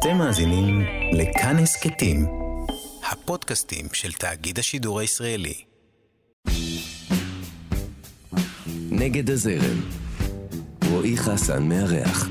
אתם מאזינים לכאן הסכתים, הפודקאסטים של תאגיד השידור הישראלי. נגד הזרם, רועי חסן מארח.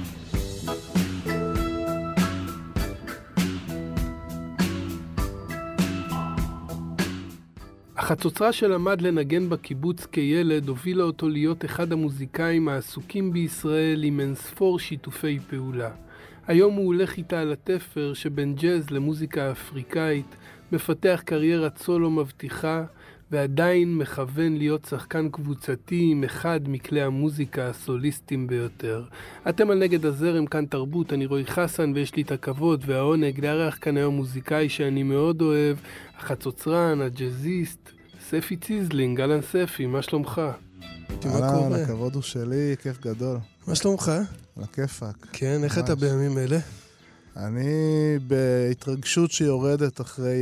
החצוצרה שלמד לנגן בקיבוץ כילד הובילה אותו להיות אחד המוזיקאים העסוקים בישראל עם אינספור שיתופי פעולה. היום הוא הולך איתה על התפר שבין ג'אז למוזיקה אפריקאית, מפתח קריירת סולו מבטיחה, ועדיין מכוון להיות שחקן קבוצתי עם אחד מכלי המוזיקה הסוליסטיים ביותר. אתם על נגד הזרם, כאן תרבות, אני רועי חסן, ויש לי את הכבוד והעונג לארח כאן היום מוזיקאי שאני מאוד אוהב, החצוצרן, הג'אזיסט, ספי ציזלינג. אהלן ספי, מה שלומך? אהלן, הכבוד הוא שלי, כיף גדול. מה שלומך? על הכיפק. כן, איך אתה בימים אלה? אני בהתרגשות שיורדת אחרי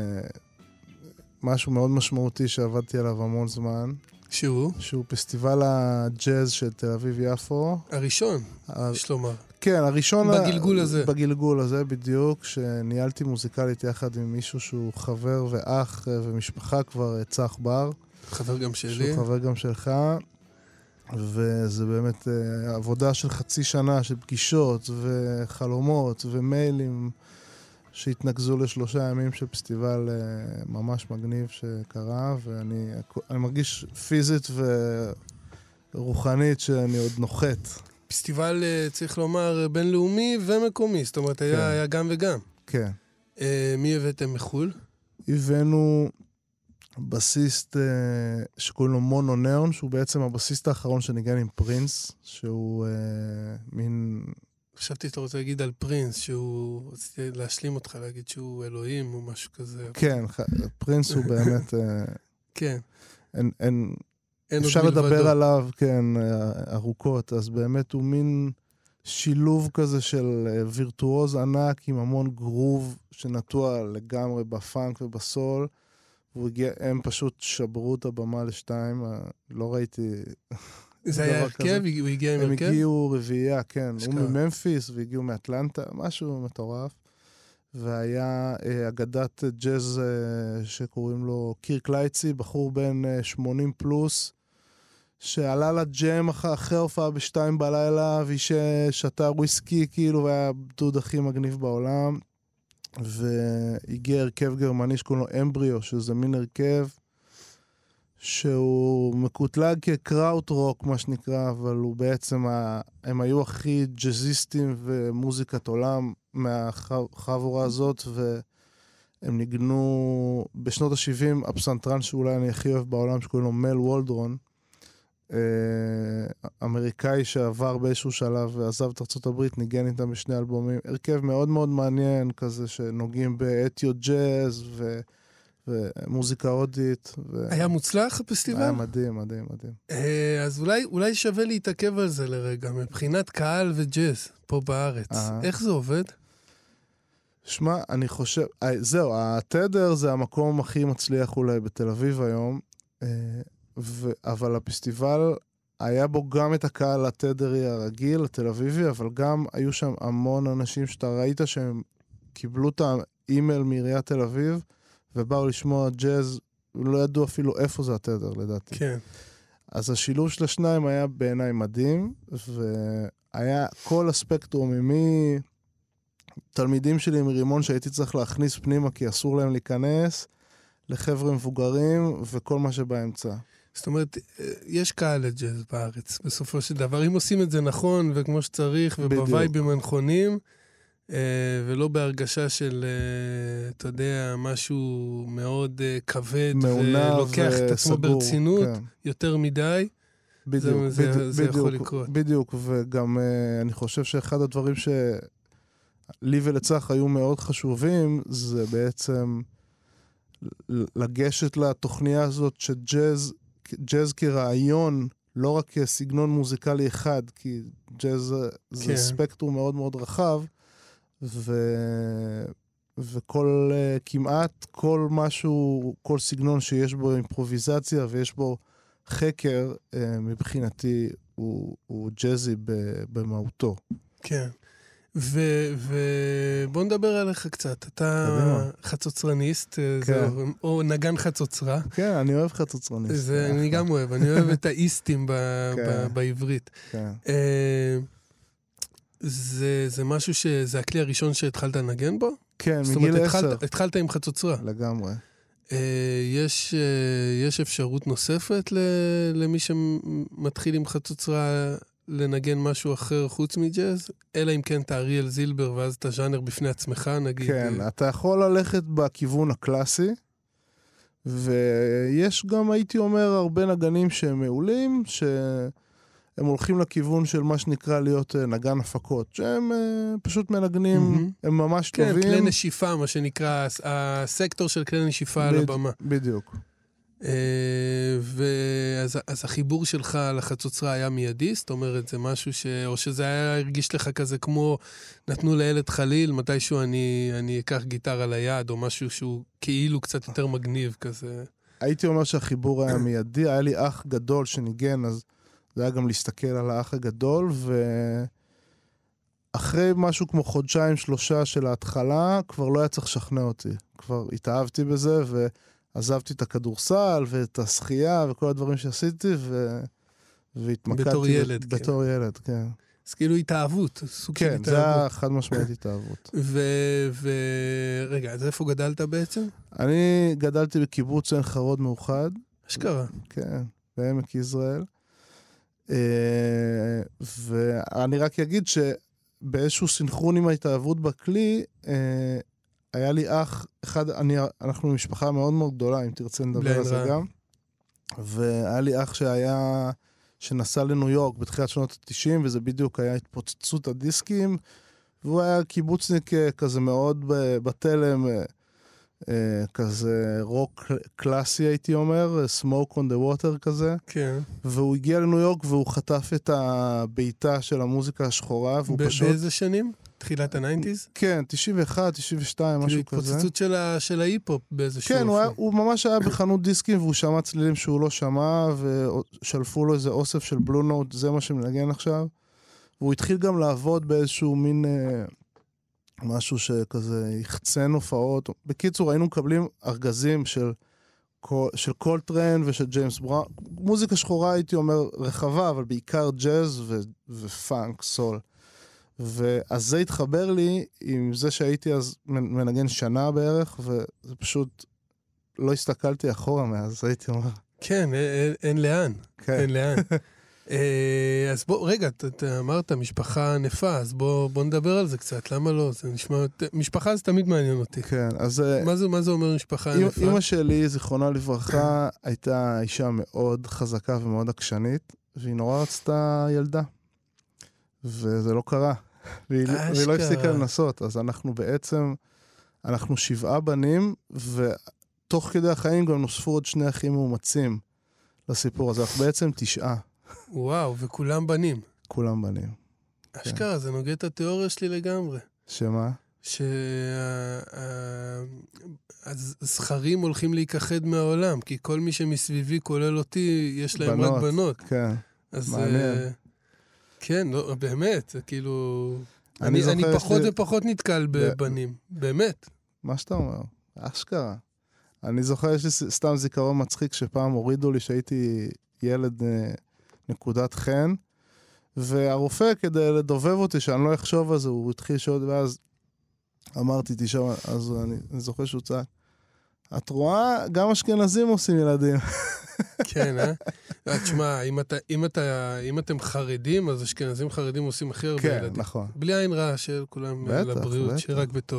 משהו מאוד משמעותי שעבדתי עליו המון זמן. שהוא פסטיבל הג'אז של תל אביב-יפו. הראשון, יש לומר. כן, הראשון. בגלגול הזה. בגלגול הזה בדיוק, שניהלתי מוזיקלית יחד עם מישהו שהוא חבר ואח ומשפחה כבר, צח בר. חבר גם שלי. שהוא חבר גם שלך. וזה באמת עבודה של חצי שנה של פגישות וחלומות ומיילים שהתנקזו ל3 ימים של פסטיבל ממש מגניב שקרה, ואני מרגיש פיזית ורוחנית שאני עוד נוחת. פסטיבל, צריך לומר, בינלאומי ומקומי, זאת אומרת, היה גם וגם. כן. מי הבאתם מחול? הבאנו בסיסט שקוראים לו מונו ניאון, שהוא בעצם הבסיסט האחרון שניגן עם פרינס, שהוא מין... חשבתי שאתה רוצה להגיד על פרינס, שהוא... רציתי להשלים אותך, להגיד שהוא אלוהים או משהו כזה. כן, פרינס הוא באמת... כן. אפשר לדבר עליו, כן, ארוכות, אז באמת הוא מין שילוב כזה של וירטואוז ענק עם המון גרוב שנטוע לגמרי בפאנק ובסול, הם פשוט שברו את הבמה ל2, לא ראיתי... זה היה הרכב? הוא הגיע עם הרכב? הם הגיעו רביעייה, כן. הוא מממפיס והגיעו מאטלנטה, משהו מטורף. והיה אגדת ג'אז שקוראים לו קירק לייצי, בחור בן 80 פלוס, שעלה לג'ם אחרי הופעה ב2 בלילה, ושתה וויסקי, כאילו, והיה דוד הכי מגניב בעולם. והגיע הרכב גרמני שקוראים לו אמבריו, שזה מין הרכב שהוא מקוטלג כקראוט רוק, מה שנקרא, אבל הוא בעצם, הם היו הכי ג'אזיסטים ומוזיקת עולם מהחבורה הזאת, והם ניגנו בשנות ה-70, הפסנתרן שאולי אני הכי אוהב בעולם, שקוראים לו מל וולדרון, אמריקאי שעבר באיזשהו שלב ועזב את ארצות הברית, ניגן איתם ב2 אלבומים, הרכב מאוד מאוד מעניין כזה, שנוגעים באתיו ג'אז ומוזיקה הודית. היה מוצלח הפסטיבל? היה מדהים, מדהים, מדהים. אז אולי שווה להתעכב על זה לרגע, מבחינת קהל וג'אז פה בארץ. איך זה עובד? שמע, אני חושב, זהו, התדר זה המקום הכי מצליח אולי בתל אביב היום, אבל הפסטיבל היה בו גם את הקהל התדרי הרגיל, התל אביבי, אבל גם היו שם המון אנשים שאתה ראית שהם קיבלו את האימייל מעיריית תל אביב, ובאו לשמוע ג'אז, לא ידעו אפילו איפה זה התדר, לדעתי. כן. אז השילוב של השניים היה בעיניי מדהים, והיה כל הספקטרום תלמידים שלי עם רימון שהייתי צריך להכניס פנימה, כי אסור להם להיכנס, לחבר'ה מבוגרים, וכל מה שבאמצע. זאת אומרת, יש קהל לג'אז בארץ, בסופו של דבר. אם עושים את זה נכון, וכמו שצריך, ובווייבים הנכונים, ולא בהרגשה של, אתה יודע, משהו מאוד כבד, ולוקח את עצמו ברצינות, יותר מדי, זה יכול לקרות. בדיוק, וגם אני חושב שאחד הדברים שלי ולצח היו מאוד חשובים, זה בעצם לגשת לתוכניה הזאת שג'אז כרעיון, לא רק כסגנון מוזיקלי אחד, כי ג'אז זה ספקטרום מאוד מאוד רחב, וכל כמעט כל משהו, כל סגנון שיש בו אימפרוביזציה ויש בו חקר, מבחינתי הוא ג'אזי במהותו. כן. ובוא נדבר עליך קצת. אתה חצוצרניסט, או נגן חצוצרה. כן, אני אוהב חצוצרניסט. אני גם אוהב, אני אוהב את האיסטים בעברית. זה משהו שזה הכלי הראשון שהתחלת לנגן בו? כן, מגיל 10. התחלת עם חצוצרה. לגמרי. יש אפשרות נוספת למי שמתחיל עם חצוצרה לנגן משהו אחר חוץ מג'אז? אלא אם כן אתה אריאל זילבר ואז אתה ז'אנר בפני עצמך, נגיד. כן, אתה יכול ללכת בכיוון הקלאסי, ויש גם, הייתי אומר, הרבה נגנים שהם מעולים, הם הולכים לכיוון של מה שנקרא להיות נגן הפקות, שהם פשוט מנגנים, הם ממש טובים. כן, כלי נשיפה, מה שנקרא, הסקטור של כלי נשיפה על הבמה. בדיוק. אז החיבור שלך לחצוצרה היה מיידי, זאת אומרת, זה משהו או שזה היה הרגיש לך כזה כמו, נתנו לילד חליל, מתישהו אני אקח גיטרה ליד, או משהו שהוא כאילו קצת יותר מגניב כזה. הייתי אומר שהחיבור היה מיידי, היה לי אח גדול שניגן, אז זה היה גם להסתכל על האח הגדול, ואחרי משהו כמו 1-3 של ההתחלה, כבר לא היה צריך לשכנע אותי. כבר התאהבתי בזה, ועזבתי את הכדורסל, ואת השחייה, וכל הדברים שעשיתי, והתמקדתי. בתור ילד. בתור ילד, כן. אז כאילו התאהבות, סוג של התאהבות. כן, זה היה חד משמעית התאהבות. רגע, אז איפה גדלת בעצם? אני גדלתי בקיבוץ עין חרוד מאוחד. אשכרה. כן, בעמק יזרעאל. ואני רק אגיד שבאיזשהו סינכרון עם ההתאהבות בכלי, היה לי אח אחד, אנחנו משפחה מאוד מאוד גדולה, אם תרצה נדבר על זה גם. והיה לי אח שנסע לניו יורק בתחילת שנות ה-90, וזה בדיוק היה התפוצצות הדיסקים, והוא היה קיבוצניק כזה מאוד בתלם, כזה רוק קלאסי הייתי אומר, smoke on the water כזה. כן. והוא הגיע לניו יורק והוא חטף את הביתה של המוזיקה השחורה, והוא פשוט... באיזה שנים? תחילת ה-90s? כן, 91, 92, משהו כזה. התפוצצות של ההיפ-הופ באיזשהו כן, הוא ממש היה בחנות דיסקים, והוא שמע צלילים שהוא לא שמע, ושלפו לו איזה אוסף של בלו נוט, זה מה שמנגן עכשיו. והוא התחיל גם לעבוד באיזשהו מין... משהו שכזה יחצן הופעות. בקיצור, היינו מקבלים ארגזים של קולטרן ושל ג'יימס בראון. מוזיקה שחורה הייתי אומר רחבה, אבל בעיקר ג'אז ופאנק, סול. ואז זה התחבר לי עם זה שהייתי אז מנגן שנה בערך, וזה פשוט לא הסתכלתי אחורה מאז, הייתי אומר. כן, אין לאן. כן. אין לאן. אז בוא, רגע, אתה אמרת משפחה ענפה, אז בוא נדבר על זה קצת, למה לא? זה נשמע, משפחה זה תמיד מעניין אותי. כן, אז... מה זה אומר משפחה ענפה? אמא שלי, זיכרונה לברכה, הייתה אישה מאוד חזקה ומאוד עקשנית, והיא נורא רצתה ילדה. וזה לא קרה. והיא לא הפסיקה לנסות, אז אנחנו 7 בנים, ותוך כדי החיים גם נוספו עוד 2 אחים מאומצים לסיפור הזה, אנחנו בעצם 9. וואו, וכולם בנים. כולם בנים. אשכרה, זה נוגע את התיאוריה שלי לגמרי. שמה? שהזכרים הולכים להיכחד מהעולם, כי כל מי שמסביבי, כולל אותי, יש להם רק בנות. כן, מעניין. כן, לא, באמת, זה כאילו... אני פחות ופחות נתקל בבנים, באמת. מה שאתה אומר, אשכרה. אני זוכר, יש לי סתם זיכרון מצחיק, שפעם הורידו לי שהייתי ילד נקודת חן, והרופא כדי לדובב אותי, שאני לא אחשוב על זה, הוא התחיל לשאול, ואז אמרתי, תשאול, אז אני זוכר שהוא צעק, את רואה, גם אשכנזים עושים ילדים. כן, תשמע, אם אתם חרדים, אז אשכנזים חרדים עושים הכי הרבה ילדים. כן, נכון. בלי עין רע של כולם לבריאות, שרק בטוב.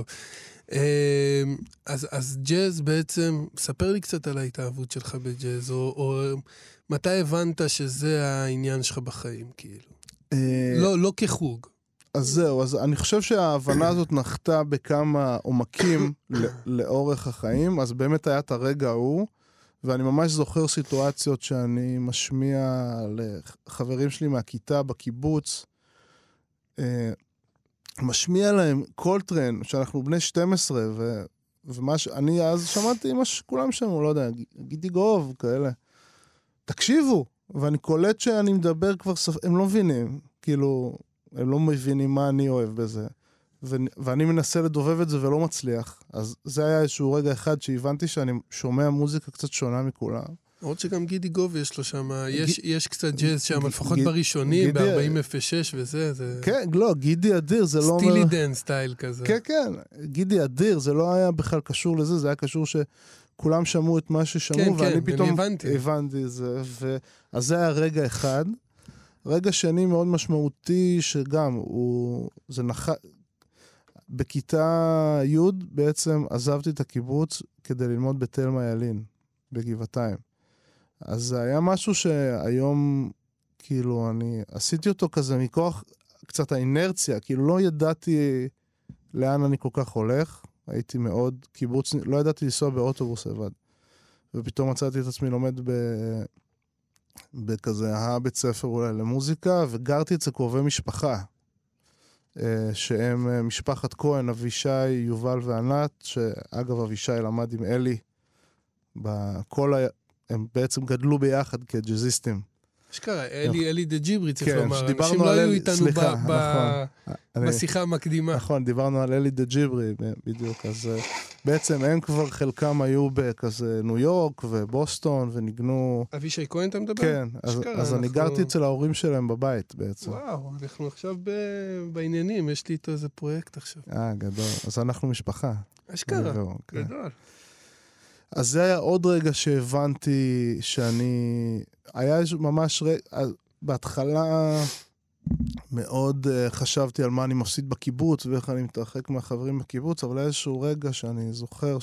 אז ג'אז בעצם, ספר לי קצת על ההתאהבות שלך בג'אז, או מתי הבנת שזה העניין שלך בחיים, כאילו? לא כחוג. אז זהו, אז אני חושב שההבנה הזאת נחתה בכמה עומקים לאורך החיים, אז באמת היה את הרגע ההוא, ואני ממש זוכר סיטואציות שאני משמיע לחברים שלי מהכיתה בקיבוץ, משמיע להם קולטרן, שאנחנו בני 12, אני אז שמעתי מה שכולם שמעו, לא יודע, גידי גוב, כאלה. תקשיבו, ואני קולט שאני מדבר כבר, הם לא מבינים, כאילו, הם לא מבינים מה אני אוהב בזה. ואני מנסה לדובב את זה ולא מצליח. אז זה היה איזשהו רגע אחד שהבנתי שאני שומע מוזיקה קצת שונה מכולם. עוד שגם גידי גוב יש לו שם, יש קצת ג'אז שם, לפחות בראשונים, ב-4006 וזה. כן, לא, גידי אדיר, זה לא... סטילי דן סטייל כזה. כן, כן, גידי אדיר, זה לא היה בכלל קשור לזה, זה היה קשור שכולם שמעו את מה ששמעו, ואני פתאום הבנתי את זה. אז זה היה רגע אחד. רגע שני מאוד משמעותי, שגם זה בכיתה י' בעצם עזבתי את הקיבוץ כדי ללמוד בתל מיילין, בגבעתיים. אז זה היה משהו שהיום, כאילו, אני עשיתי אותו כזה מכוח קצת האינרציה, כאילו לא ידעתי לאן אני כל כך הולך, הייתי מאוד קיבוץ, לא ידעתי לנסוע באוטובוס לבד. ופתאום מצאתי את עצמי לומד בכזה בית ספר אולי למוזיקה, וגרתי אצל קרובי משפחה, שהם משפחת כהן, אבישי, יובל וענת, שאגב אבישי למד עם אלי, הם בעצם גדלו ביחד כג'זיסטים. שקרה, אלי דה ג'יברי צריך לומר, אנשים לא היו איתנו בשיחה המקדימה. נכון, דיברנו על אלי דה ג'יברי בדיוק, אז בעצם הם כבר חלקם היו בכזה ניו יורק ובוסטון וניגנו... אבישי כהן אתה מדבר? כן, אז אני גרתי אצל ההורים שלהם בבית בעצם. וואו, אנחנו עכשיו בעניינים, יש לי איתו איזה פרויקט עכשיו. גדול, אז אנחנו משפחה. אשכרה, גדול. אז זה היה עוד רגע שהבנתי שאני... היה ממש בהתחלה מאוד חשבתי על מה אני מפסיד בקיבוץ ואיך אני מתרחק מהחברים בקיבוץ, אבל היה איזשהו רגע שאני זוכר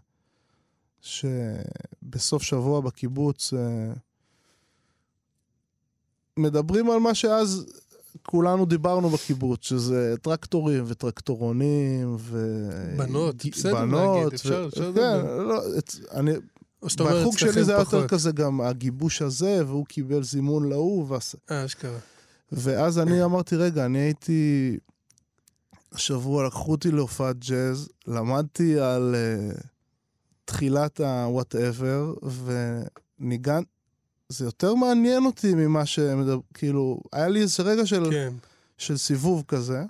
שבסוף שבוע בקיבוץ מדברים על מה שאז כולנו דיברנו בקיבוץ, שזה טרקטורים וטרקטורונים בנות, בסדר להגיד, אפשר כן, לא, בחוג שלי זה היה יותר כזה גם הגיבוש הזה, והוא קיבל זימון להוא, אשכרה. ואז אני אמרתי, רגע, אני הייתי השבוע, לקחו אותי להופעת ג'אז, למדתי על תחילת ה-whatever, וניגן, זה יותר מעניין אותי ממה שמדבר, כאילו, היה לי איזה רגע של סיבוב כזה,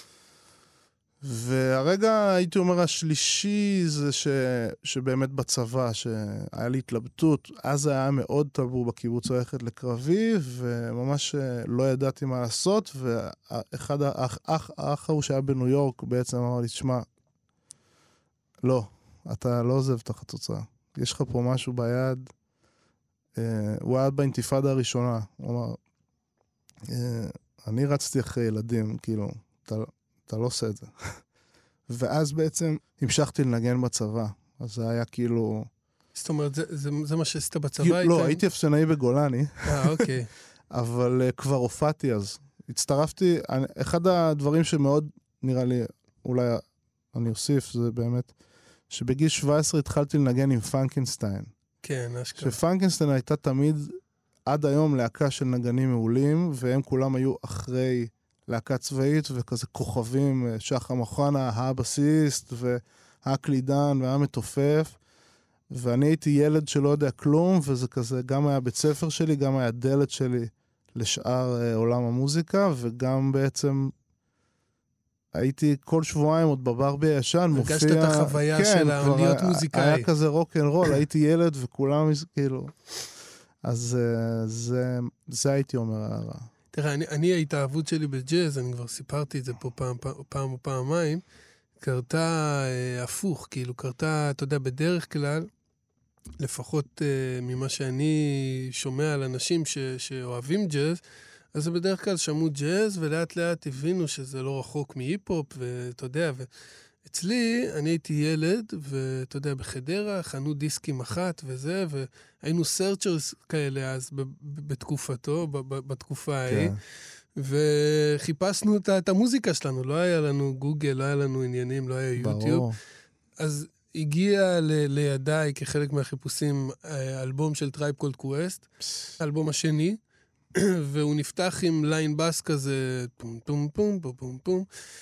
והרגע, הייתי אומר, השלישי זה שבאמת בצבא, שהיה לי התלבטות, אז היה מאוד טבו בקיבוץ ללכת לקרבי, וממש לא ידעתי מה לעשות, ואחד האח ההוא שהיה בניו יורק בעצם אמר לי, תשמע, לא, אתה לא עוזב תחת תוצאה. יש לך פה משהו ביד, הוא היה באינתיפאדה הראשונה, הוא אמר, אני רצתי אחרי ילדים, כאילו, אתה לא עושה את זה. ואז בעצם המשכתי לנגן בצבא. אז זה היה כאילו... זאת אומרת, זה מה שעשית בצבא? לא, הייתי אפסנאי בגולני. אוקיי. אבל כבר הופעתי אז. הצטרפתי, אחד הדברים שמאוד נראה לי, אולי אני אוסיף, זה באמת, שבגיל 17 התחלתי לנגן עם פנקנסטיין. כן, אשכרה. שפנקנסטיין הייתה תמיד, עד היום, להקה של נגנים מעולים, והם כולם היו אחרי... להקה צבאית וכזה כוכבים, שחר מוחנה, הבסיסט והקלידן והמתופף, ואני הייתי ילד שלא יודע כלום, וזה כזה גם היה בית ספר שלי, גם היה דלת שלי לשאר עולם המוזיקה, וגם בעצם הייתי כל שבועיים עוד בברבי הישן, מופיע... הרגשת את החוויה של להיות מוזיקאי. היה כזה רוק אנד רול, הייתי ילד וכולם כאילו... אז זה הייתי אומר הערה. תראה, אני ההתאהבות שלי בג'אז, אני כבר סיפרתי את זה פה פעם או פעמיים, קרתה הפוך, כאילו קרתה, אתה יודע, בדרך כלל, לפחות ממה שאני שומע על אנשים שאוהבים ג'אז, אז בדרך כלל שמעו ג'אז, ולאט לאט הבינו שזה לא רחוק מהיפ-הופ, ואתה יודע, אצלי, אני הייתי ילד, ואתה יודע, בחדרה, חנו דיסקים אחת וזה, והיינו סרצ'רס כאלה אז בתקופתו, בתקופה ההיא, וחיפשנו את המוזיקה שלנו, לא היה לנו גוגל, לא היה לנו עניינים, לא היה יוטיוב. אז הגיע לידיי כחלק מהחיפושים אלבום של טרייב קולד קווסט, האלבום השני, והוא נפתח עם ליין בס כזה, פום פום פום פום פום פום,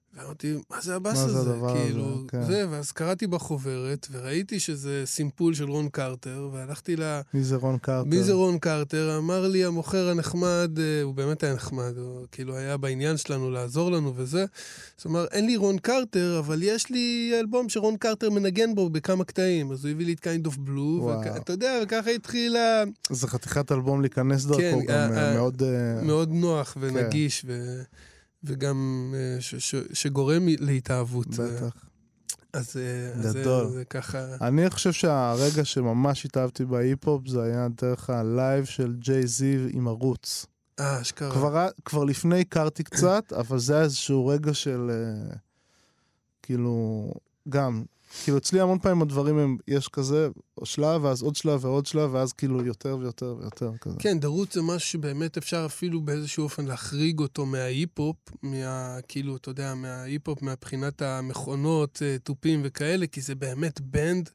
ואמרתי, מה זה הבאס הזה? כאילו, זה, ואז קראתי בחוברת, וראיתי שזה סימפול של רון קרטר, והלכתי מי זה רון קרטר? מי זה רון קרטר? אמר לי, המוכר הנחמד, הוא באמת היה נחמד, הוא כאילו היה בעניין שלנו לעזור לנו וזה. זאת אומרת, אין לי רון קרטר, אבל יש לי אלבום שרון קרטר מנגן בו בכמה קטעים, אז הוא הביא לי את Kind of Blue, ואתה יודע, וככה התחילה... זה חתיכת אלבום להיכנס דרכו, גם מאוד... מאוד נוח ונגיש וגם שגורם להתאהבות. בטח. אז זה ככה... אני חושב שהרגע שממש התאהבתי בהיפ-הופ, זה היה דרך הלייב של ג'יי-זי עם ערוץ. אשכרה. כבר לפני הכרתי קצת, אבל זה היה איזשהו רגע של... כאילו... גם... כאילו אצלי המון פעמים הדברים הם, יש כזה שלב, ואז עוד שלב ועוד שלב, ואז כאילו יותר ויותר ויותר כזה. כן, דרות זה משהו שבאמת אפשר אפילו באיזשהו אופן להחריג אותו מההיפ-הופ, כאילו, אתה יודע, מההיפ-הופ, מהבחינת המכונות, טופים וכאלה, כי זה באמת בנד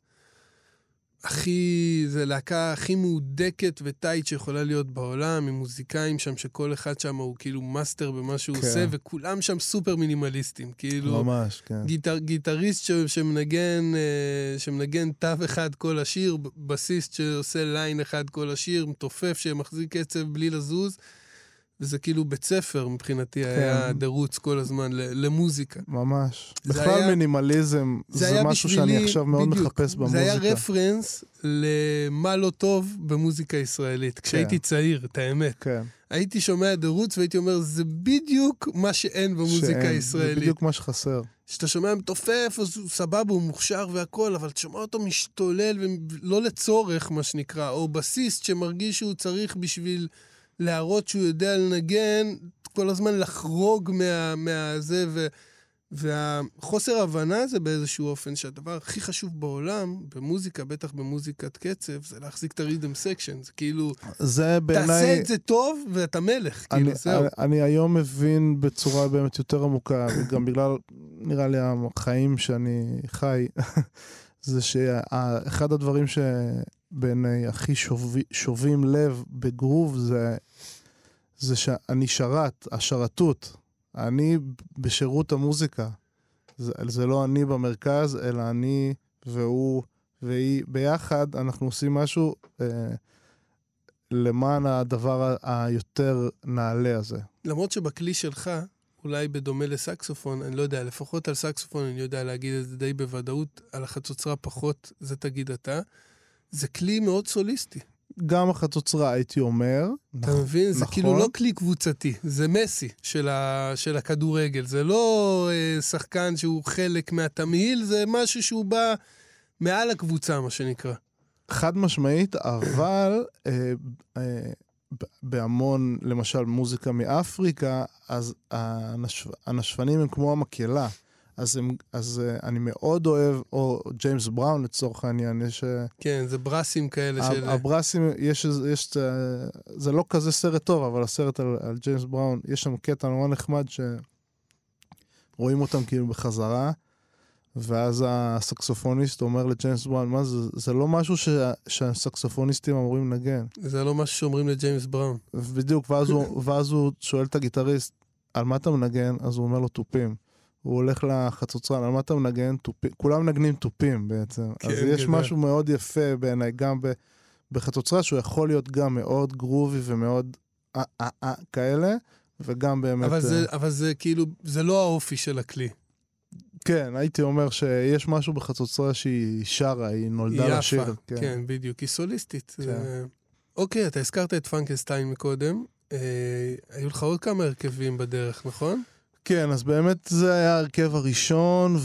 זה להקה הכי מהודקת וטייט שיכולה להיות בעולם, עם מוזיקאים שם, שכל אחד שם הוא כאילו מאסטר במה שהוא עושה, וכולם שם סופר מינימליסטים, כאילו... ממש, כן. גיטריסט שמנגן תו אחד כל השיר, בסיסט שעושה ליין אחד כל השיר, מתופף שמחזיק קצב בלי לזוז, וזה כאילו בית ספר מבחינתי היה דרוץ כל הזמן למוזיקה. ממש. בכלל מינימליזם זה משהו שאני עכשיו מאוד מחפש במוזיקה. זה היה רפרנס למה לא טוב במוזיקה ישראלית. כשהייתי צעיר, את האמת. הייתי שומע דרוץ והייתי אומר, זה בדיוק מה שאין במוזיקה הישראלית. זה בדיוק מה שחסר. כשאתה שומע מתופף, אז הוא סבבה, הוא מוכשר והכל, אבל תשמע אותו משתולל ולא לצורך, מה שנקרא, או בסיסט שמרגיש שהוא צריך בשביל... להראות שהוא יודע לנגן, כל הזמן לחרוג מהזה, והחוסר ההבנה זה באיזשהו אופן, שהדבר הכי חשוב בעולם, במוזיקה, בטח במוזיקת קצב, זה להחזיק את הריתם סקשן, זה כאילו, תעשה את זה טוב, ואתה מלך, כאילו, זהו. אני היום מבין בצורה באמת יותר עמוקה, וגם בגלל, נראה לי, החיים שאני חי, זה שאחד הדברים בעיניי הכי שובים לב בגרוב זה שאני השרתות. אני בשירות המוזיקה. זה לא אני במרכז, אלא אני והוא והיא. ביחד אנחנו עושים משהו למען הדבר היותר נעלה הזה. למרות שבכלי שלך, אולי בדומה לסקסופון, אני לא יודע, לפחות על סקסופון אני יודע להגיד את זה די בוודאות, על החצוצרה פחות, זה תגיד אתה. זה כלי מאוד סוליסטי. גם החצוצרה, הייתי אומר. אתה מבין? זה כאילו לא כלי קבוצתי. זה מסי של הכדורגל. זה לא שחקן שהוא חלק מהתמהיל, זה משהו שהוא בא מעל הקבוצה, מה שנקרא. חד משמעית, אבל בהמון, למשל, מוזיקה מאפריקה, אז הנשפנים הם כמו המקהלה. אז אני מאוד אוהב, או ג'יימס בראון לצורך העניין, יש... כן, זה ברסים כאלה של... הברסים, זה לא כזה סרט טוב, אבל הסרט על ג'יימס בראון, יש שם קטע נורא נחמד שרואים אותם כאילו בחזרה, ואז הסקסופוניסט אומר לג'יימס בראון, מה זה לא משהו שהסקסופוניסטים אמורים לנגן. זה לא משהו שאומרים לג'יימס בראון. בדיוק, ואז הוא שואל את הגיטריסט, על מה אתה מנגן? אז הוא אומר לו טופים. הוא הולך לחצוצרן, על מה אתה מנגן? כולם מנגנים טופים בעצם. כן, אז יש משהו מאוד יפה בעיניי, גם בחצוצרה, שהוא יכול להיות גם מאוד גרובי ומאוד כאלה, וגם באמת... אבל זה כאילו, זה לא האופי של הכלי. כן, הייתי אומר שיש משהו בחצוצרה שהיא שרה, היא נולדה לשיר. יפה, כן, בדיוק, היא סוליסטית. אוקיי, אתה הזכרת את פרנקנשטיין מקודם, היו לך עוד כמה הרכבים בדרך, נכון? כן, אז באמת זה היה הרכב הראשון,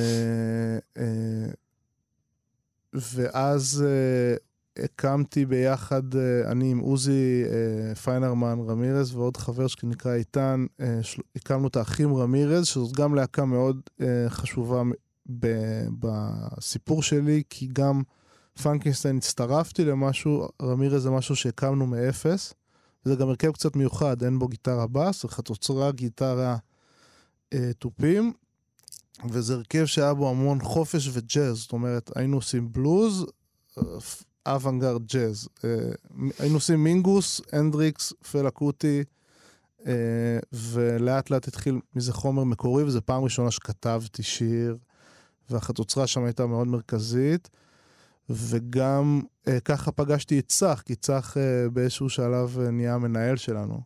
ואז הקמתי ביחד, אני עם עוזי פיינרמן רמירז ועוד חבר שנקרא איתן, הקמנו את האחים רמירז, שזאת גם להקה מאוד חשובה בסיפור שלי, כי גם פרנקנשטיין הצטרפתי למשהו, רמירז זה משהו שהקמנו מאפס, וזה גם הרכב קצת מיוחד, אין בו גיטרה בס, חצוצרה, גיטרה טופים, וזה הרכב שהיה בו המון חופש וג'אז, זאת אומרת, היינו עושים בלוז, אוונגרד ג'אז, היינו עושים מינגוס, הנדריקס, פלה קוטי, ולאט לאט התחיל מזה חומר מקורי, וזו פעם ראשונה שכתבתי שיר, והחצוצרה שם הייתה מאוד מרכזית, וגם ככה פגשתי את צח, כי צח באיזשהו שלב נהיה המנהל שלנו.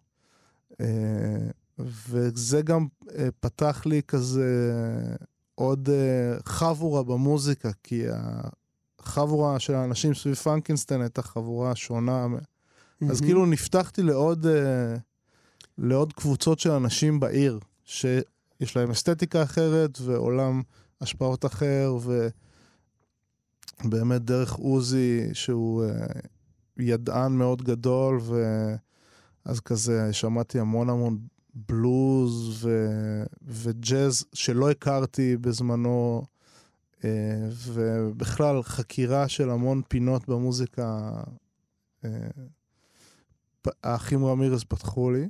וזה גם פתח לי כזה עוד חבורה במוזיקה, כי החבורה של האנשים סביב פרנקנסטיין הייתה חבורה שונה. אז כאילו נפתחתי לעוד קבוצות של אנשים בעיר, שיש להם אסתטיקה אחרת ועולם השפעות אחר, ובאמת דרך עוזי שהוא ידען מאוד גדול, ואז כזה שמעתי המון בלוז וג'אז שלא הכרתי בזמנו, ובכלל חקירה של המון פינות במוזיקה, האחים רמירס פתחו לי.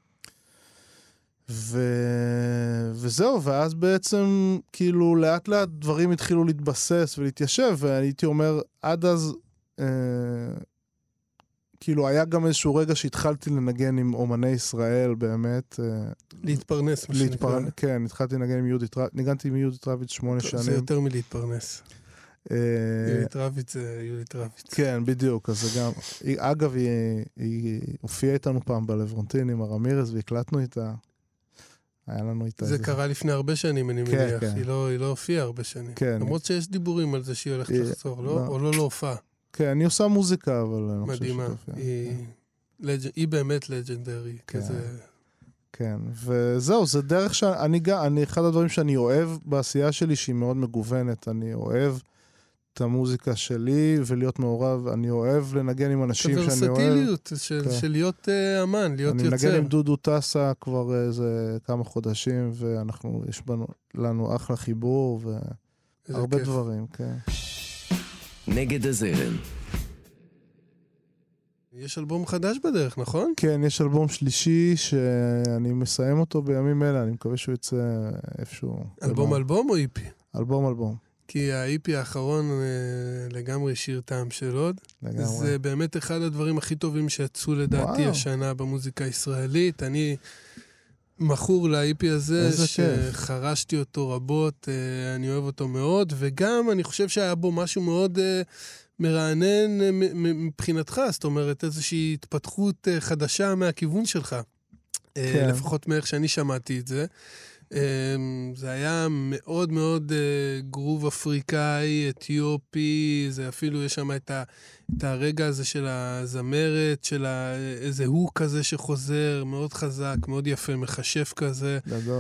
וזהו, ואז בעצם כאילו לאט לאט דברים התחילו להתבסס ולהתיישב, והייתי אומר עד אז כאילו היה גם איזשהו רגע שהתחלתי לנגן עם אומני ישראל באמת. להתפרנס. כן, התחלתי לנגן עם יהודית רביץ, ניגנתי עם יהודית רביץ 8 שנים. זה יותר מלהתפרנס. יהודית רביץ זה יהודית רביץ. כן, בדיוק, אז זה גם, אגב היא הופיעה איתנו פעם בלברונטין עם הרמירס והקלטנו איתה. היה לנו איתה. זה קרה לפני הרבה שנים, אני מניח. היא לא הופיעה הרבה שנים. למרות שיש דיבורים על זה שהיא הולכת לחזור, לא? או לא הופעה. כן, אני עושה מוזיקה, אבל... מדהימה. היא באמת לג'נדרי. כן, וזהו, זה דרך שאני, אחד הדברים שאני אוהב בעשייה שלי, שהיא מאוד מגוונת, אני אוהב את המוזיקה שלי ולהיות מעורב, אני אוהב לנגן עם אנשים שאני אוהב. הוורסטיליות של להיות אמן, להיות יוצר. אני מנגן עם דודו טסה כבר איזה כמה חודשים, יש לנו אחלה חיבור והרבה דברים, כן. נגד הזרם. יש אלבום חדש בדרך, נכון? כן, יש אלבום שלישי שאני מסיים אותו בימים אלה, אני מקווה שהוא יצא איפשהו. אלבום או איפי? אלבום. כי האיפי האחרון לגמרי שיר טעם של עוד. לגמרי. זה באמת אחד הדברים הכי טובים שיצאו לדעתי השנה במוזיקה הישראלית. אני מכור לאיפי הזה, שחרשתי אותו רבות, אני אוהב אותו מאוד, וגם אני חושב שהיה בו משהו מאוד מרענן מבחינתך, זאת אומרת איזושהי התפתחות חדשה מהכיוון שלך, לפחות מאיך שאני שמעתי את זה. זה היה מאוד מאוד גרוב אפריקאי, אתיופי, זה אפילו יש שם את הרגע הזה של הזמרת, של איזה הוק כזה שחוזר, מאוד חזק, מאוד יפה, מחשף כזה. גדול.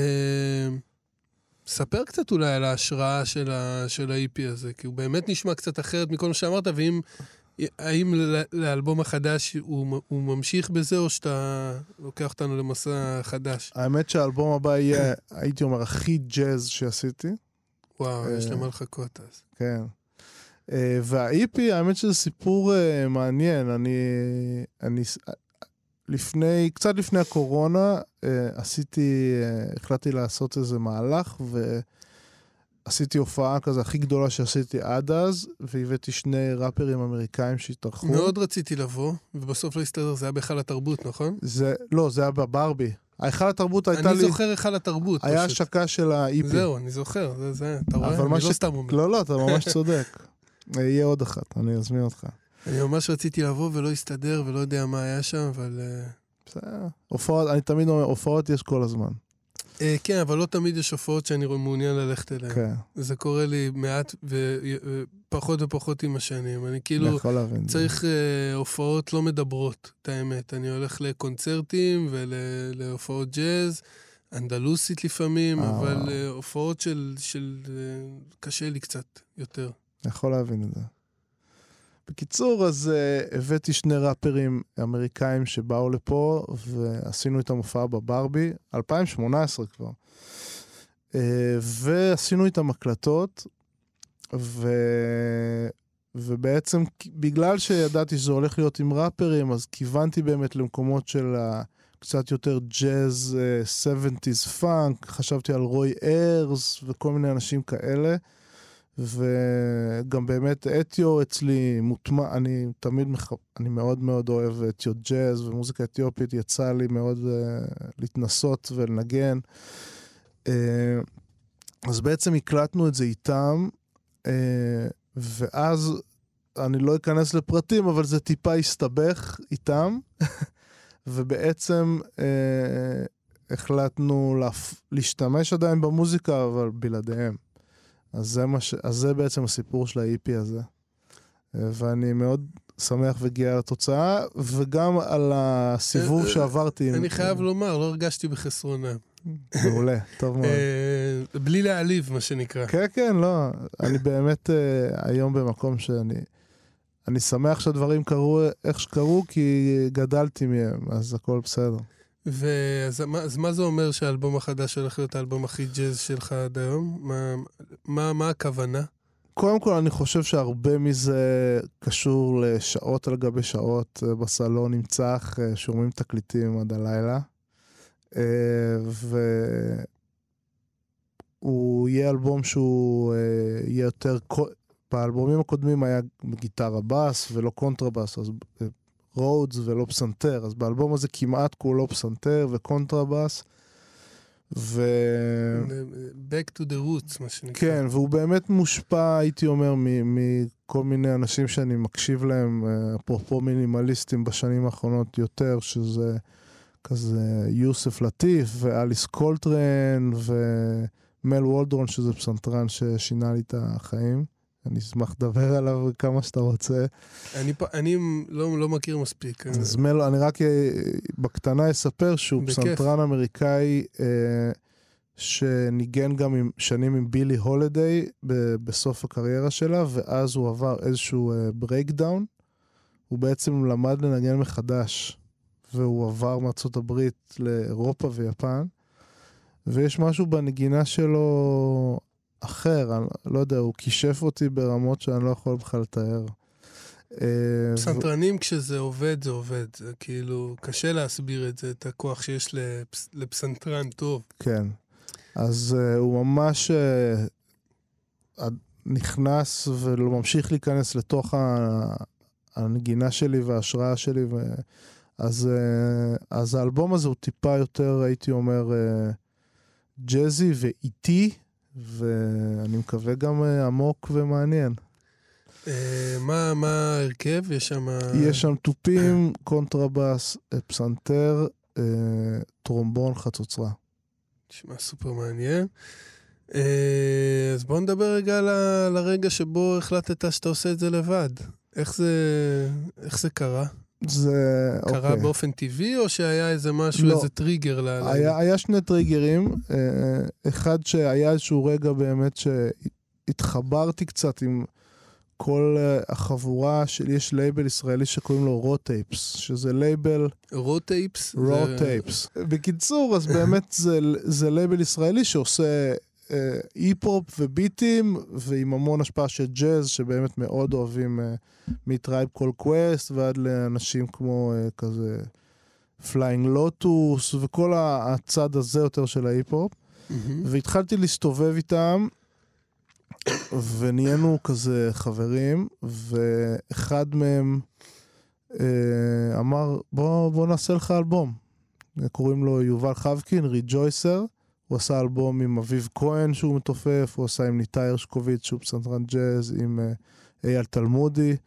ספר קצת אולי על ההשראה של ה-EP הזה, כי הוא באמת נשמע קצת אחרת מכל מה שאמרת, האם לאלבום החדש הוא ממשיך בזה, או שאתה לוקח אותנו למסע חדש? האמת שהאלבום הבא יהיה, הייתי אומר, הכי ג'אז שעשיתי. וואו, יש למה לחכות אז. כן. וה-EP, האמת שזה סיפור מעניין. קצת לפני הקורונה, החלטתי לעשות איזה מהלך, עשיתי הופעה כזה הכי גדולה שעשיתי עד אז, והבאתי 2 ראפרים אמריקאים שהתארחו. מאוד רציתי לבוא, ובסוף לא הסתדר, זה היה בהיכל התרבות, נכון? לא, זה היה בברבי. ההיכל התרבות הייתה לי... אני זוכר היכל התרבות. היה השקה של ה-EP. זהו, אני זוכר, זה, אתה רואה? אני לא סתם אומר. לא, אתה ממש צודק. יהיה עוד אחת, אני אזמין אותך. אני ממש רציתי לבוא ולא הסתדר, ולא יודע מה היה שם, אבל... הופעות, אני תמיד אומר, הופעות יש כל הזמן. כן, אבל לא תמיד יש הופעות שאני מעוניין ללכת אליהן. כן. זה קורה לי מעט ופחות ופחות עם השנים. אני כאילו צריך הופעות לא מדברות, את האמת. אני הולך לקונצרטים ולהופעות ג'אז, אנדלוסית לפעמים, אבל הופעות של קשה לי קצת יותר. יכול להבין את זה. בקיצור, אז הבאתי 2 ראפרים אמריקאים שבאו לפה, ועשינו איתם הופעה בברבי, 2018 כבר. ועשינו איתם הקלטות, ובעצם בגלל שידעתי שזה הולך להיות עם ראפרים, אז כיוונתי באמת למקומות של קצת יותר ג'אז, 70s פאנק, חשבתי על רוי ארס וכל מיני אנשים כאלה, וגם באמת אתיו אצלי מוטמע, אני מאוד מאוד אוהב אתיו ג'אז ומוזיקה אתיופית, יצא לי מאוד להתנסות ולנגן. אז בעצם הקלטנו את זה איתם, ואז אני לא אכנס לפרטים, אבל זה טיפה הסתבך איתם, ובעצם החלטנו להשתמש עדיין במוזיקה, אבל בלעדיהם. אז זה בעצם הסיפור של ה-EP הזה. ואני מאוד שמח וגאה על התוצאה, וגם על הסיבוב שעברתי. אני חייב לומר, לא הרגשתי בחסרונם. מעולה, טוב מאוד. בלי להעליב, מה שנקרא. כן, כן, לא. אני באמת היום במקום אני שמח שהדברים קרו איך שקרו, כי גדלתי מהם, אז הכל בסדר. אז מה זה אומר שהאלבום החדש הולך להיות האלבום הכי ג'אז שלך עד היום? מה הכוונה? קודם כל, אני חושב שהרבה מזה קשור לשעות על גבי שעות בסלון נמצח, שומעים תקליטים עד הלילה. והוא יהיה אלבום שהוא יהיה יותר... באלבומים הקודמים היה גיטרה בס ולא קונטרבס, אז רודס ולא פסנתר, אז באלבום הזה כמעט כולו פסנתר וקונטרבס, back to the roots, מה שנקרא. כן, והוא באמת מושפע, הייתי אומר, מכל מיני אנשים שאני מקשיב להם, אפרופו מינימליסטים בשנים האחרונות יותר, שזה כזה יוסף לטיף ואליס קולטרן ומל וולדרון, שזה פסנתרן ששינה לי את החיים. אני אשמח לדבר עליו כמה שאתה רוצה. אני לא מכיר מספיק. אז אני רק בקטנה אספר שהוא פסנתרן אמריקאי שניגן גם שנים עם בילי הולידיי בסוף הקריירה שלה, ואז הוא עבר איזשהו ברייקדאון. הוא בעצם למד לנגן מחדש, והוא עבר מארצות הברית לאירופה ויפן, ויש משהו בנגינה שלו אחר, אני לא יודע, הוא קישף אותי ברמות שאני לא יכול בכלל לתאר. פסנתרנים כשזה עובד, זה עובד. זה כאילו, קשה להסביר את זה, את הכוח שיש לפסנתרן טוב. כן. אז הוא ממש נכנס וממשיך להיכנס לתוך הנגינה שלי וההשראה שלי. אז האלבום הזה הוא טיפה יותר, הייתי אומר, ג'זי ואיטי, ואני מקווה גם עמוק ומעניין. מה ההרכב? יש שם טופים, קונטרבס, פסנתר, טרומבון, חצוצרה. נשמע סופר מעניין. אז בואו נדבר רגע על הרגע שבו החלטת שאתה עושה את זה לבד. איך זה קרה? זה קרה באופן טבעי, או שהיה איזה משהו, איזה טריגר? היה שני טריגרים. אחד שהיה איזשהו רגע באמת שהתחברתי קצת עם כל החבורה יש לייבל ישראלי שקוראים לו רוטייפס, שזה לייבל... רוטייפס? רוטייפס. בקיצור, אז באמת זה לייבל ישראלי שעושה אי-פופ וביטים, ועם המון השפעה של ג'אז, שבאמת מאוד אוהבים מטרייב קול קווסט, ועד לאנשים כמו כזה פליינג לוטוס, וכל הצד הזה יותר של האי-פופ. והתחלתי להסתובב איתם, ונהיינו כזה חברים, ואחד מהם אמר, בוא נעשה לך אלבום. קוראים לו יובל חבקין, ריג'ויסר. הוא עשה אלבום עם אביב כהן שהוא מתופף, הוא עשה עם ניתאי הרשקוביץ שהוא פסנתרן ג'אז, עם אייל תלמודי.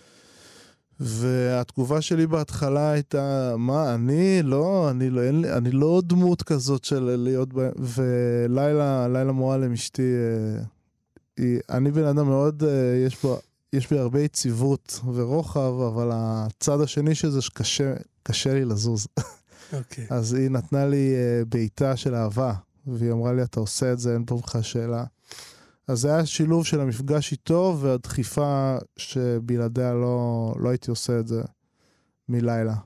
והתגובה שלי בהתחלה הייתה, מה, אני לא דמות כזאת של להיות ולילה מועלם אשתי, אני בן אדם מאוד, יש בי הרבה יציבות ורוחב, אבל הצד השני של זה שקשה לי לזוז. אוקיי. אז היא נתנה לי בעיטה של אהבה, והיא אמרה לי, אתה עושה את זה, אין פה בכלל שאלה. אז זה היה שילוב של המפגש איתו, והדחיפה שבלעדיה לא הייתי עושה את זה מלילה.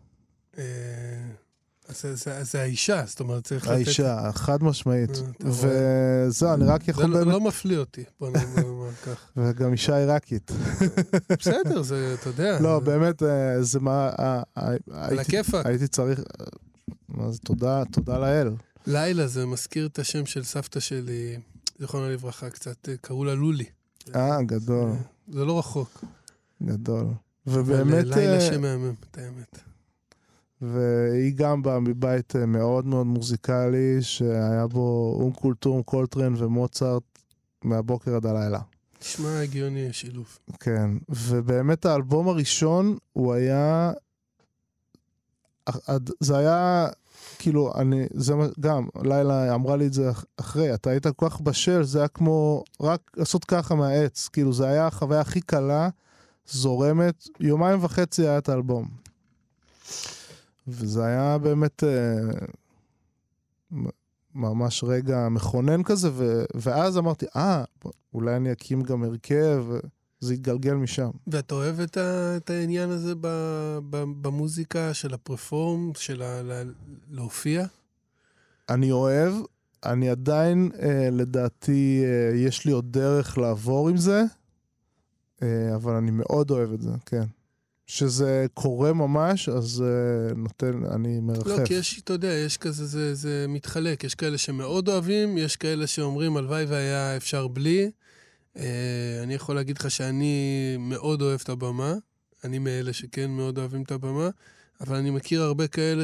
אז זה האישה, זאת אומרת, צריך לתת... האישה, חד משמעית. וזה, אני רק יכול באמת... זה לא מפליא אותי, בוא נאמר כך. וגם אישה עיראקית. בסדר, זה, אתה יודע. לא, באמת, זה מה... על הכיפק. הייתי צריך... אז תודה לאל. לילה, זה מזכיר את השם של סבתא שלי, זכרונה לברכה קצת, קראו לה לולי. גדול. זה לא רחוק. גדול. ובאמת... לילה שמאמם, את האמת. והיא גם באה מבית מאוד מאוד מוזיקלי, שהיה בו קולטורם, קולטרן ומוצרט מהבוקר עד הלילה. נשמע הגיוני השילוב. כן, ובאמת האלבום הראשון הוא היה... זה היה... כאילו, זה גם, לילה אמרה לי את זה אחרי, אתה היית כל כך בשל, זה היה כמו רק לעשות ככה מהעץ, כאילו זה היה החוויה הכי קלה, זורמת, 2.5 ימים היה את האלבום. וזה היה באמת ממש רגע מכונן כזה, ואז אמרתי, אולי אני אקים גם הרכב, זה יתגלגל משם. ואתה אוהב את העניין הזה במוזיקה של הפרפורם, של להופיע? אני אוהב, אני עדיין, לדעתי, יש לי עוד דרך לעבור עם זה, אבל אני מאוד אוהב את זה, כן. שזה קורה ממש, אז אני מרחף. לא, כי יש, אתה יודע, יש כזה, זה מתחלק. יש כאלה שמאוד אוהבים, יש כאלה שאומרים, הלוואי והיה אפשר בלי. אני יכול להגיד לך שאני מאוד אוהב את הבמה. אני מאלה שכן מאוד אוהבים את הבמה. אבל אני מכיר הרבה כאלה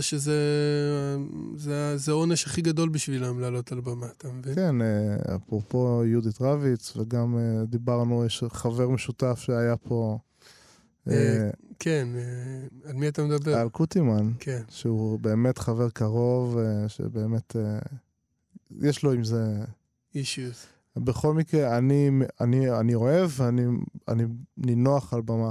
שזה העונש הכי גדול בשבילם לעלות על במה, אתה מבין? כן, אפרופו יהודית רביץ, וגם דיברנו, יש חבר משותף שהיה פה... כן, על מי אתה מדבר? על קוטימן, כן. שהוא באמת חבר קרוב, שבאמת יש לו עם זה... אישיוס. בכל מקרה, אני אוהב, ואני נינוח על במה.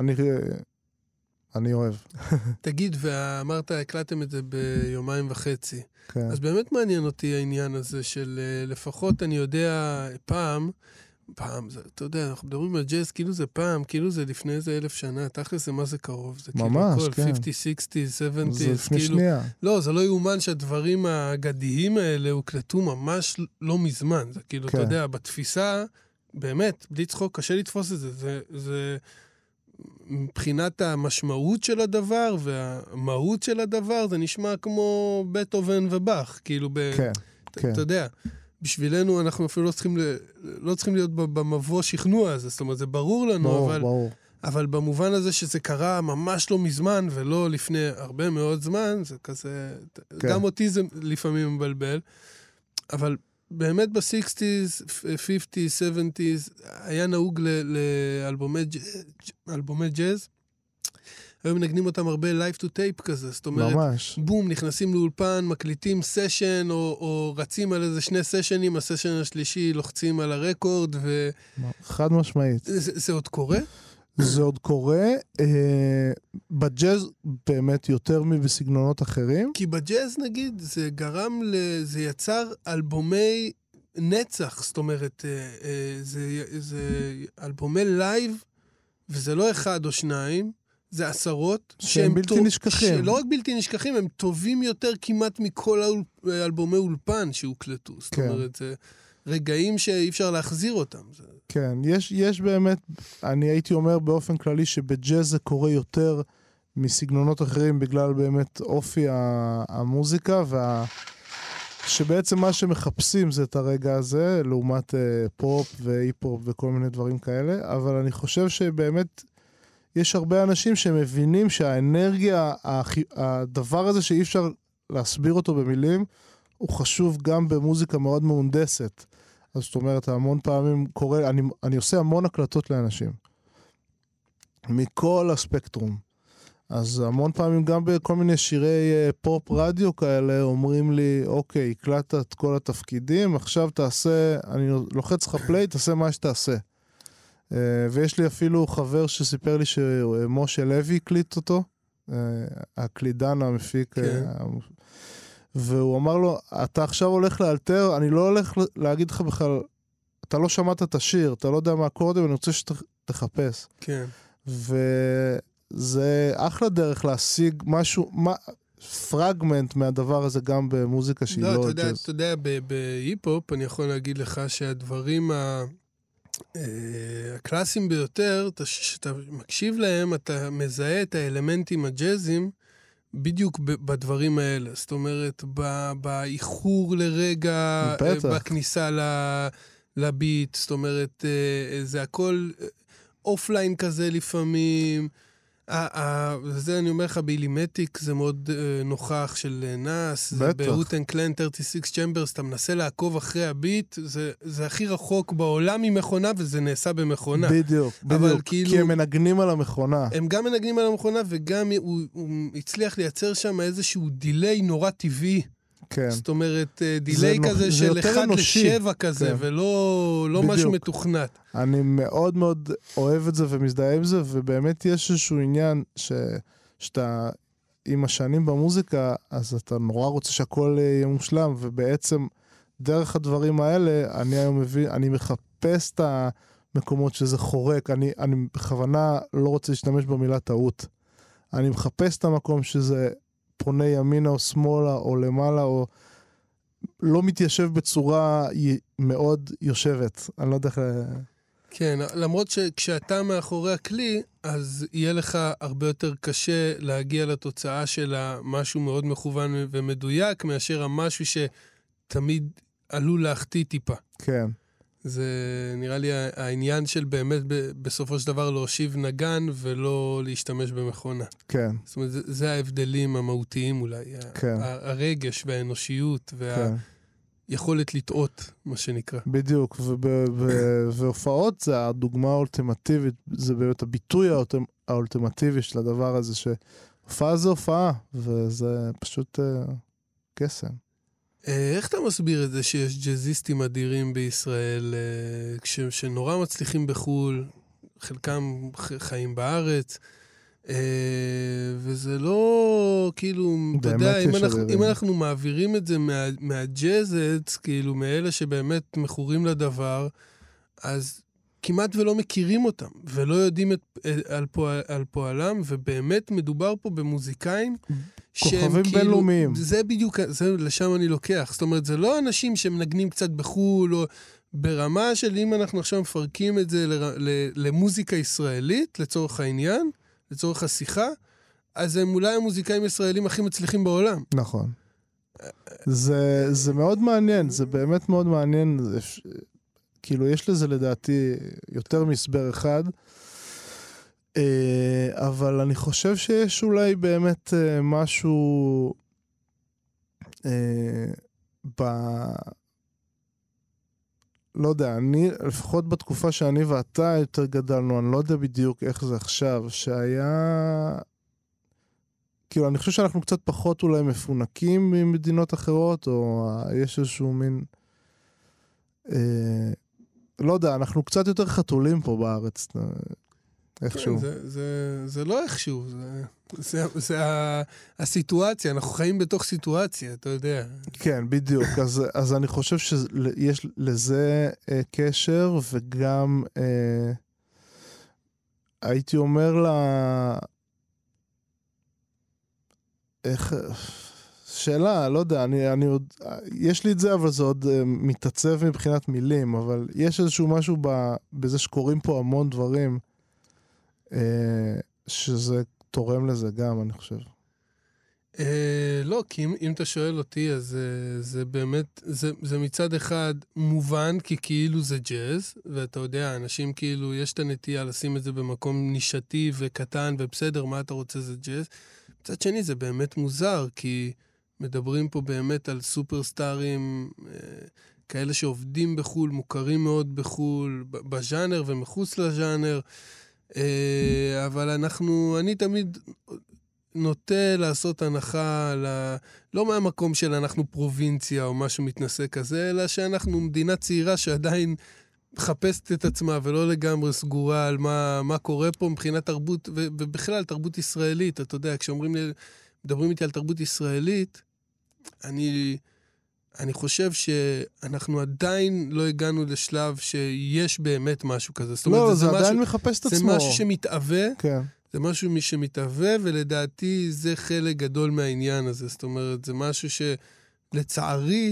אני אוהב. תגיד, ואמרת, הקלטתם את זה ביומיים וחצי. כן. אז באמת מעניין אותי העניין הזה של לפחות אני יודע פעם, אתה יודע, אנחנו מדברים על ג'אז, כאילו זה פעם, כאילו זה לפני איזה 1000 שנה, תכל'ס זה מה זה קרוב, זה ממש, כאילו כן. 50, 60, 70, זה לפני כאילו, שנייה. לא, זה לא יאומן שהדברים האגדיים האלה הוקלטו ממש לא מזמן, זה כאילו, כן. אתה יודע, בתפיסה, באמת, בלי צחוק, קשה לתפוס את זה, זה מבחינת המשמעות של הדבר והמהות של הדבר, זה נשמע כמו בטהובן ובאך, כאילו, כן, כן. אתה יודע, בשבילנו אנחנו אפילו לא צריכים להיות במבוא שכנוע הזה, זאת אומרת, זה ברור לנו, אבל במובן הזה שזה קרה ממש לא מזמן, ולא לפני הרבה מאוד זמן, זה כזה, גם אותי זה לפעמים מבלבל, אבל באמת ב-60s, 50s, 70s, היה נהוג לאלבומי ג'אז, היום מנגנים אותם הרבה לייב טו טייפ כזה, זאת אומרת, ממש. בום, נכנסים לאולפן, מקליטים סשן, או רצים על איזה 2 סשנים, הסשן השלישי לוחצים על הרקורד, חד משמעית. זה עוד קורה? זה עוד קורה, בג'אז באמת יותר מבסגנונות אחרים. כי בג'אז נגיד, זה גרם, זה יצר אלבומי נצח, זאת אומרת, זה אלבומי לייב, וזה לא 1 או 2, זה 10 שהם בלתי נשכחים. לא רק בלתי נשכחים, הם טובים יותר כמעט מכל אלבומי אולפן שהוקלטו. זאת אומרת, זה רגעים שאי אפשר להחזיר אותם. כן, יש באמת, אני הייתי אומר באופן כללי שבג'אז זה קורה יותר מסגנונות אחרים בגלל באמת אופי המוזיקה, שבעצם מה שמחפשים זה את הרגע הזה, לעומת פופ והיפ-הופ וכל מיני דברים כאלה, אבל אני חושב שבאמת יש הרבה אנשים שמבינים שהאנרגיה, הדבר הזה שאי אפשר להסביר אותו במילים, הוא חשוב גם במוזיקה מאוד מהונדסת. אז זאת אומרת, המון פעמים קורה, אני עושה המון הקלטות לאנשים. מכל הספקטרום. אז המון פעמים גם בכל מיני שירי פופ רדיו כאלה, אומרים לי, אוקיי, הקלטת את כל התפקידים, עכשיו תעשה, אני לוחץ לך פליי, תעשה מה שתעשה. ויש לי אפילו חבר שסיפר לי שמשה לוי הקליט אותו, הקלידן המפיק, והוא אמר לו, אתה עכשיו הולך לאלתר, אני לא הולך להגיד לך בכלל, אתה לא שמעת את השיר, אתה לא יודע מה הקורדים, אני רוצה שתחפש. כן. וזה אחלה דרך להשיג משהו, פרגמנט מהדבר הזה גם במוזיקה שהיא לא ג'אז. אתה יודע, בהיפ-הופ אני יכול להגיד לך שהדברים הקלאסיים ביותר, שאתה מקשיב להם, אתה מזהה את האלמנטים הג'אזיים, בדיוק בדברים האלה. זאת אומרת, באיחור לרגע, בכניסה לביט, זאת אומרת, זה הכל אופליין כזה לפעמים. וזה אני אומר לך, באילימטיק זה מאוד נוכח של נאס, ברוטן קלן 36 צ'מברס, אתה מנסה לעקוב אחרי הביט, זה הכי רחוק בעולם ממכונה, וזה נעשה במכונה. בדיוק, כאילו, כי הם מנגנים על המכונה. הם גם מנגנים על המכונה, וגם הוא הצליח לייצר שם איזשהו דיליי נורא טבעי. כן. זאת אומרת, דיליי כזה של 1-7 כזה, ולא משהו מתוכנת. אני מאוד מאוד אוהב את זה ומזדהה עם זה, ובאמת יש איזשהו עניין שאתה עם השנים במוזיקה, אז אתה נורא רוצה שהכל יהיה מושלם, ובעצם דרך הדברים האלה, אני היום אני מחפש את המקומות שזה חורק, אני בכוונה לא רוצה להשתמש במילה טעות. אני מחפש את המקום שזה פונה ימינה או שמאלה או למעלה, או לא מתיישב בצורה מאוד יושבת. אני לא יודע איך... כן, למרות שכשאתה מאחורי הכלי, אז יהיה לך הרבה יותר קשה להגיע לתוצאה של משהו מאוד מכוון ומדויק, מאשר המשהו שתמיד עלול להחטיא טיפה. כן. זה נראה לי העניין של באמת בסופו של דבר להושיב נגן ולא להשתמש במכונה. כן. זאת אומרת, זה ההבדלים המהותיים אולי. כן. הרגש והאנושיות והיכולת לטעות, מה שנקרא. בדיוק, והופעות זה הדוגמה האולטימטיבית, זה באמת הביטוי האולטימטיבי של הדבר הזה, שהופעה זה הופעה, וזה פשוט קסם. איך אתה מסביר את זה שיש ג'אזיסטים אדירים בישראל, שנורא מצליחים בחול, חלקם חיים בארץ, וזה לא, כאילו, אתה יודע, אם אנחנו מעבירים את זה מהג'אזץ, כאילו, מאלה שבאמת מכורים לדבר, אז כמעט ולא מכירים אותם, ולא יודעים על פועלם, ובאמת מדובר פה במוזיקאים, כוכבים בינלאומיים. זה בדיוק, לשם אני לוקח. זאת אומרת, זה לא אנשים שמנגנים קצת בחול, או ברמה של אם אנחנו עכשיו מפרקים את זה למוזיקה ישראלית, לצורך העניין, לצורך השיחה, אז הם אולי המוזיקאים הישראלים הכי מצליחים בעולם. נכון. זה מאוד מעניין, זה באמת מאוד מעניין. כאילו, יש לזה לדעתי יותר מסבר אחד, אבל אני חושב שיש אולי באמת משהו לא יודע, לפחות בתקופה שאני ואתה יותר גדלנו, אני לא יודע בדיוק איך זה עכשיו, שהיה... כאילו, אני חושב שאנחנו קצת פחות אולי מפונקים ממדינות אחרות, או יש איזשהו מין... לא יודע, אנחנו קצת יותר חתולים פה בארץ. איכשהו. זה לא איכשהו, זה הסיטואציה, אנחנו חיים בתוך סיטואציה, אתה יודע. כן, בדיוק. אז אני חושב שיש לזה קשר, וגם הייתי אומר איך... שאלה, לא יודע, אני עוד... יש לי את זה, אבל זה עוד מתעצב מבחינת מילים, אבל יש איזשהו משהו בזה שקוראים פה המון דברים, שזה תורם לזה גם, אני חושב. לא, כי אם אתה שואל אותי, אז זה באמת, זה מצד אחד מובן, כי כאילו זה ג'אז, ואתה יודע, אנשים כאילו, יש את הנטייה לשים את זה במקום נישתי וקטן, ובסדר, מה אתה רוצה זה ג'אז. מצד שני, זה באמת מוזר, כי מדברים פה באמת על סופרסטארים, כאלה שעובדים בחול, מוכרים מאוד בחול, בז'אנר ומחוץ לז'אנר, אבל אני תמיד נוטה לעשות הנחה, לא מהמקום של אנחנו פרובינציה או משהו מתנשא כזה, אלא שאנחנו מדינה צעירה שעדיין מחפשת את עצמה ולא לגמרי סגורה על מה קורה פה מבחינת תרבות, ובכלל תרבות ישראלית. אתה יודע, מדברים איתי על תרבות ישראלית, אני חושב שאנחנו עדיין לא הגענו לשלב שיש באמת משהו כזה. לא, זה עדיין מחפש את עצמו. זה משהו שמתאווה, כן. זה משהו שמתאווה, ולדעתי זה חלק גדול מהעניין הזה. זאת אומרת, זה משהו שלצערי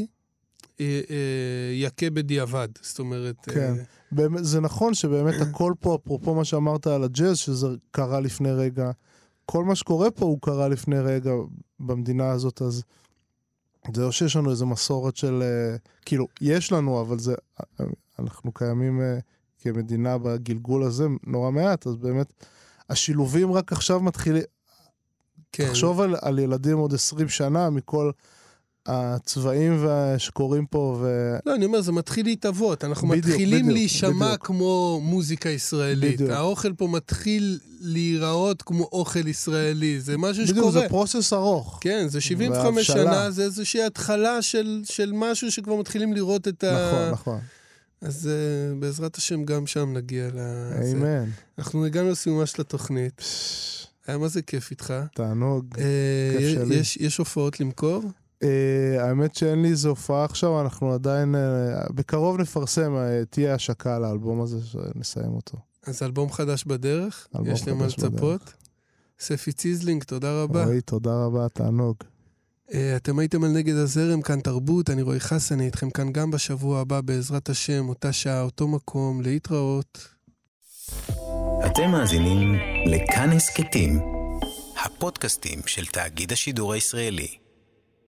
יקה בדיעבד. זאת אומרת... כן. זה נכון שבאמת הכל פה, אפרופו מה שאמרת על הג'אז, שזה קרה לפני רגע, כל מה שקורה פה הוא קרה לפני רגע במדינה הזאת, אז זה לא שיש לנו איזו מסורת של, כאילו, יש לנו, אבל זה, אנחנו קיימים כמדינה בגלגול הזה נורא מעט, אז באמת, השילובים רק עכשיו מתחילים, כן. תחשוב על ילדים עוד 20 שנה מכל הצבעים שקורים פה. לא, אני אומר, זה מתחיל להתאבות, אנחנו מתחילים להישמע כמו מוזיקה ישראלית, האוכל פה מתחיל להיראות כמו אוכל ישראלי, זה משהו שקורה. זה פרוסס ארוך. כן, זה 75 שנה, זה איזושהי התחלה של משהו שכבר מתחילים לראות את נכון, נכון. אז בעזרת השם גם שם נגיע לזה. אמן. אנחנו הגענו לסיומה של התוכנית. היה מה זה כיף איתך? תענוג, כיף שלי. יש הופעות למכור? האמת שאין לי איזו הופעה עכשיו, אנחנו עדיין, בקרוב נפרסם, תהיה השקה לאלבום הזה, שנסיים אותו. אז אלבום חדש בדרך? יש להם על צפות? ספי ציזלינג, תודה רבה. רואי, תודה רבה, תענוג. אתם הייתם על נגד הזרם, כאן תרבות, אני רואי חסן, אני איתכם כאן גם בשבוע הבא, בעזרת השם, אותה שעה, אותו מקום, להתראות. אתם מאזינים לכאן הסכתים, הפודקאסטים של תאגיד השידור הישראלי.